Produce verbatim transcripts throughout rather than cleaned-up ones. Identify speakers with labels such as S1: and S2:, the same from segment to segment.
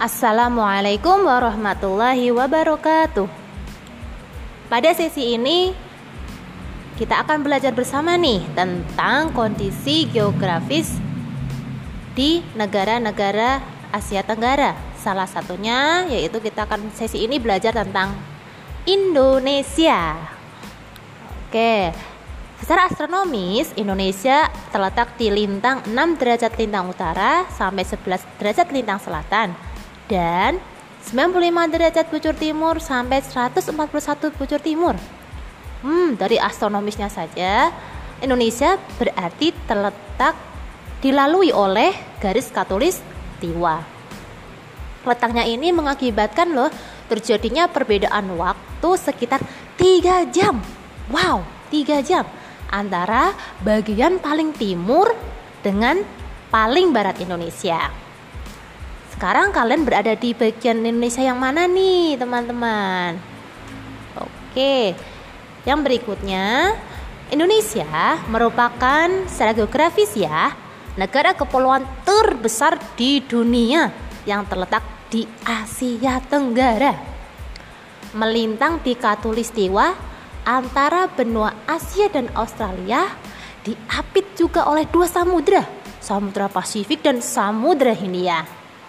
S1: Assalamualaikum warahmatullahi wabarakatuh. Pada sesi ini kita akan belajar bersama nih tentang kondisi geografis di negara-negara Asia Tenggara. Salah satunya yaitu kita akan sesi ini belajar tentang Indonesia. Oke. Secara astronomis, Indonesia terletak di lintang enam derajat lintang utara sampai sebelas derajat lintang selatan dan sembilan puluh lima derajat bujur timur sampai seratus empat puluh satu bujur timur. Hmm, dari astronomisnya saja, Indonesia berarti terletak dilalui oleh garis khatulistiwa. Letaknya ini mengakibatkan loh terjadinya perbedaan waktu sekitar tiga jam. Wow, tiga jam antara bagian paling timur dengan paling barat Indonesia. Sekarang kalian berada di bagian Indonesia yang mana nih, teman-teman? Oke, yang berikutnya, Indonesia merupakan secara geografis ya, negara kepulauan terbesar di dunia yang terletak di Asia Tenggara. Melintang di khatulistiwa antara benua Asia dan Australia, diapit juga oleh dua samudra, Samudra Pasifik dan Samudra Hindia.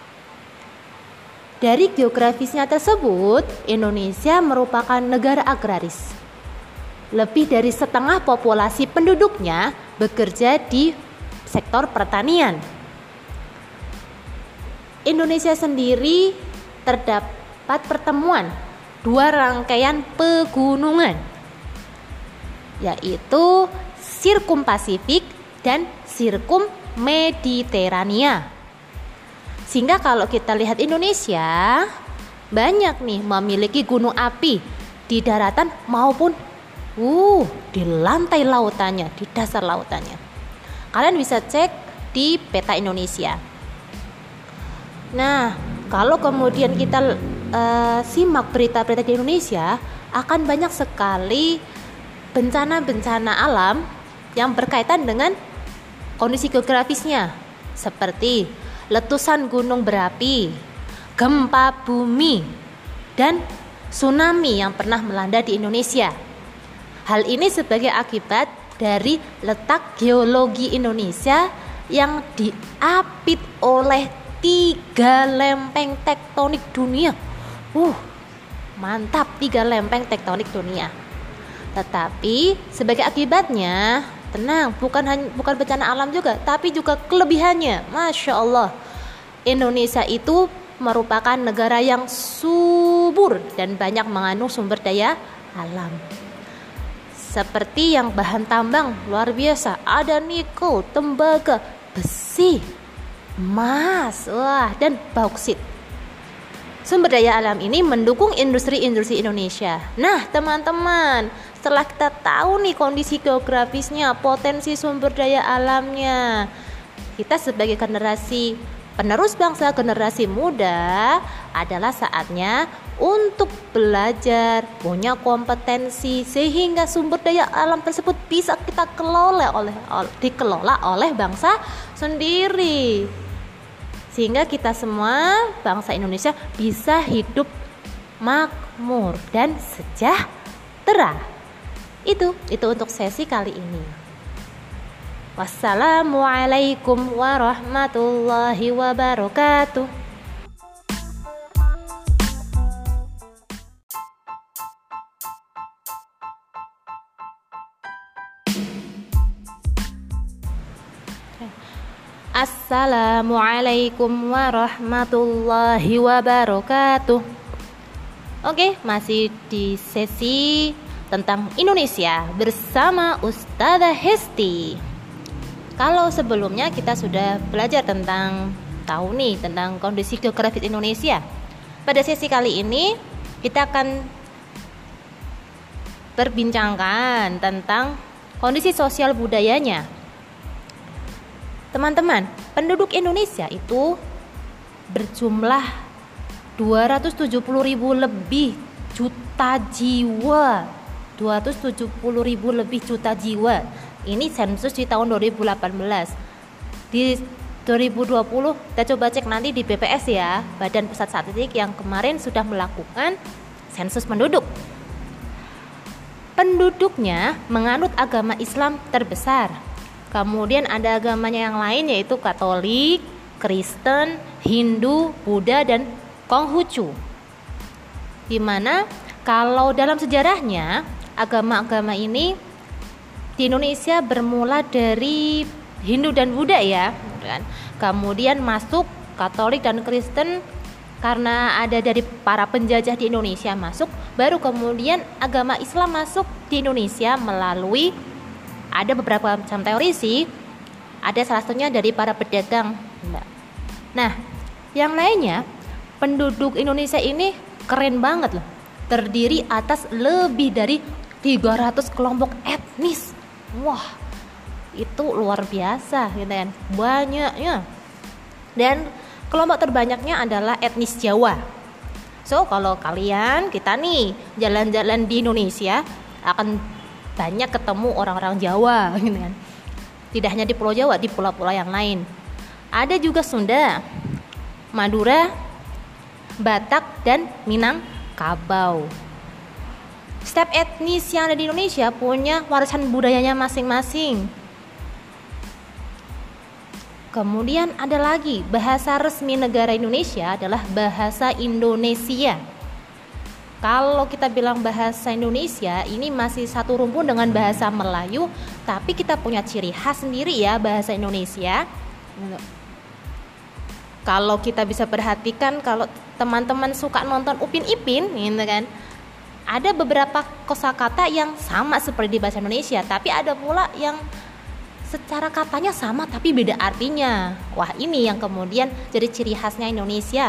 S1: Dari geografisnya tersebut, Indonesia merupakan negara agraris. Lebih dari setengah populasi penduduknya bekerja di sektor pertanian. Indonesia sendiri terdapat pertemuan dua rangkaian pegunungan, yaitu Sirkum Pasifik dan Sirkum Mediterania. Sehingga kalau kita lihat Indonesia banyak nih memiliki gunung api di daratan maupun uh, di lantai lautannya, di dasar lautannya. Kalian bisa cek di peta Indonesia. Nah, kalau kemudian kita uh, simak berita-berita di Indonesia, akan banyak sekali bencana-bencana alam yang berkaitan dengan kondisi geografisnya, seperti letusan gunung berapi, gempa bumi, dan tsunami yang pernah melanda di Indonesia. Hal ini sebagai akibat dari letak geologi Indonesia yang diapit oleh tiga lempeng tektonik dunia. Uh, mantap, tiga lempeng tektonik dunia. Tetapi sebagai akibatnya, tenang, bukan hanya bukan bencana alam juga, tapi juga kelebihannya. Masya Allah, Indonesia itu merupakan negara yang subur dan banyak mengandung sumber daya alam. Seperti yang bahan tambang luar biasa, ada nikel, tembaga, besi, emas, wah, dan bauksit. Sumber daya alam ini mendukung industri-industri Indonesia. Nah, teman-teman, setelah kita tahu nih kondisi geografisnya, potensi sumber daya alamnya, kita sebagai generasi penerus bangsa, generasi muda, adalah saatnya untuk belajar, punya kompetensi sehingga sumber daya alam tersebut bisa kita kelola oleh dikelola oleh bangsa sendiri. Sehingga kita semua bangsa Indonesia bisa hidup makmur dan sejahtera. Itu, itu untuk sesi kali ini. Wassalamualaikum warahmatullahi wabarakatuh. Assalamualaikum warahmatullahi wabarakatuh. Oke, masih di sesi tentang Indonesia bersama Ustazah Hesti. Kalau sebelumnya kita sudah belajar tentang tahu nih tentang kondisi geografis Indonesia. Pada sesi kali ini kita akan berbincangkan tentang kondisi sosial budayanya. Teman-teman, penduduk Indonesia itu berjumlah dua ratus tujuh puluh ribu lebih juta jiwa. dua ratus tujuh puluh ribu lebih juta jiwa. Ini sensus di tahun dua ribu delapan belas. Di dua ribu dua puluh kita coba cek nanti di B P S ya, Badan Pusat Statistik, yang kemarin sudah melakukan sensus penduduk. Penduduknya menganut agama Islam terbesar. Kemudian ada agamanya yang lain yaitu Katolik, Kristen, Hindu, Buddha, dan Konghucu. Dimana kalau dalam sejarahnya agama-agama ini di Indonesia bermula dari Hindu dan Buddha ya, kan? Kemudian masuk Katolik dan Kristen karena ada dari para penjajah di Indonesia masuk, baru kemudian agama Islam masuk di Indonesia melalui ada beberapa macam teori sih. Ada salah satunya dari para pedagang. Nah, yang lainnya penduduk Indonesia ini keren banget loh. Terdiri atas lebih dari tiga ratus kelompok etnis. Wah, itu luar biasa gitu kan, banyaknya. Dan kelompok terbanyaknya adalah etnis Jawa. So kalau kalian, kita nih jalan-jalan di Indonesia akan banyak ketemu orang-orang Jawa gitu kan. Tidak hanya di Pulau Jawa, di pulau-pulau yang lain. Ada juga Sunda, Madura, Batak, dan Minangkabau. Setiap etnis yang ada di Indonesia punya warisan budayanya masing-masing. Kemudian ada lagi, bahasa resmi negara Indonesia adalah bahasa Indonesia. Kalau kita bilang bahasa Indonesia, ini masih satu rumpun dengan bahasa Melayu, tapi kita punya ciri khas sendiri ya bahasa Indonesia. Kalau kita bisa perhatikan, kalau teman-teman suka nonton Upin Ipin, gitu kan, ada beberapa kosakata yang sama seperti di bahasa Indonesia, tapi ada pula yang secara katanya sama tapi beda artinya. Wah, ini yang kemudian jadi ciri khasnya Indonesia.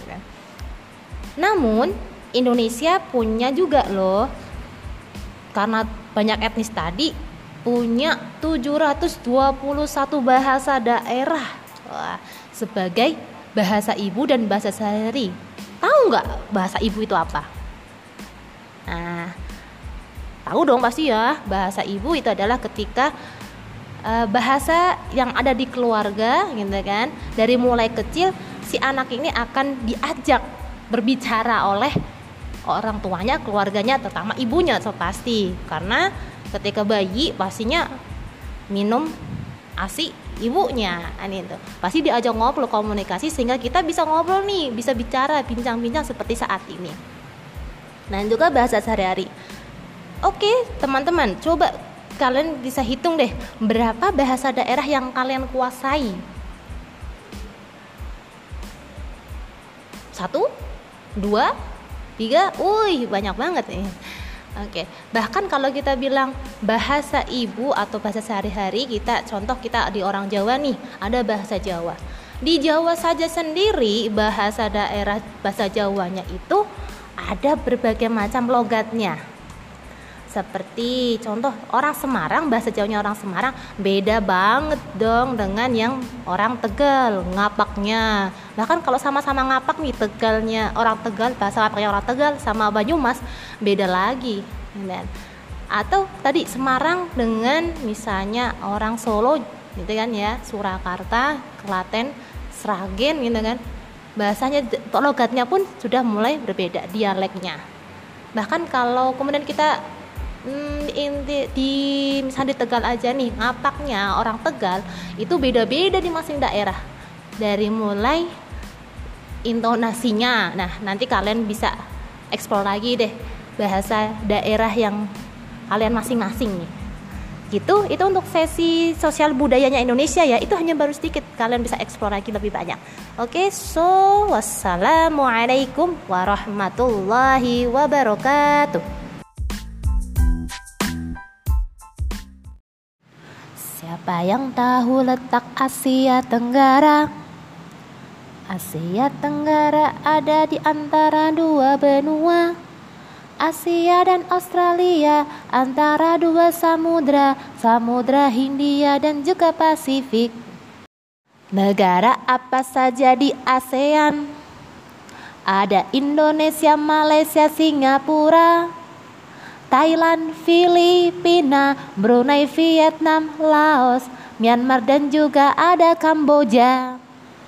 S1: Namun Indonesia punya juga loh, karena banyak etnis tadi, punya tujuh ratus dua puluh satu bahasa daerah. Wah, sebagai bahasa ibu dan bahasa sehari. Tahu nggak bahasa ibu itu apa? Nah, tahu dong pasti ya, bahasa ibu itu adalah ketika uh, bahasa yang ada di keluarga gitu kan. Dari mulai kecil si anak ini akan diajak berbicara oleh orang tuanya, keluarganya, terutama ibunya so pasti. Karena ketika bayi pastinya minum ASI ibunya, ini tuh pasti diajak ngobrol, komunikasi, sehingga kita bisa ngobrol nih, bisa bicara, bincang-bincang seperti saat ini. Dan juga bahasa sehari-hari. Oke teman-teman, coba kalian bisa hitung deh, berapa bahasa daerah yang kalian kuasai? Satu, dua, tiga, wih banyak banget nih. Oke, bahkan kalau kita bilang bahasa ibu atau bahasa sehari-hari, kita contoh kita di orang Jawa nih, ada bahasa Jawa. Di Jawa saja sendiri bahasa daerah bahasa Jawanya itu ada berbagai macam logatnya. Seperti contoh orang Semarang, bahasa Jawanya orang Semarang beda banget dong dengan yang orang Tegal, ngapaknya. Bahkan kalau sama-sama ngapak nih, Tegalnya orang Tegal, bahasa ngapaknya orang Tegal sama Banyumas beda lagi. Dan atau tadi Semarang dengan misalnya orang Solo gitu kan ya, Surakarta, Klaten, Sragen gitu kan. Bahasanya, logatnya pun sudah mulai berbeda, dialeknya. Bahkan kalau kemudian kita hmm, di, di misalnya di Tegal aja nih, ngapaknya orang Tegal itu beda-beda di masing daerah. Dari mulai intonasinya. Nah, nanti kalian bisa eksplor lagi deh bahasa daerah yang kalian masing-masing nih. Gitu, itu untuk sesi sosial budayanya Indonesia ya. Itu hanya baru sedikit, kalian bisa eksplor lagi lebih banyak. Oke, so wassalamualaikum warahmatullahi wabarakatuh. Siapa yang tahu letak Asia Tenggara? Asia Tenggara ada di antara dua benua, Asia dan Australia, antara dua samudra, Samudra Hindia dan juga Pasifik. Negara apa saja di ASEAN? Ada Indonesia, Malaysia, Singapura, Thailand, Filipina, Brunei, Vietnam, Laos, Myanmar dan juga ada Kamboja.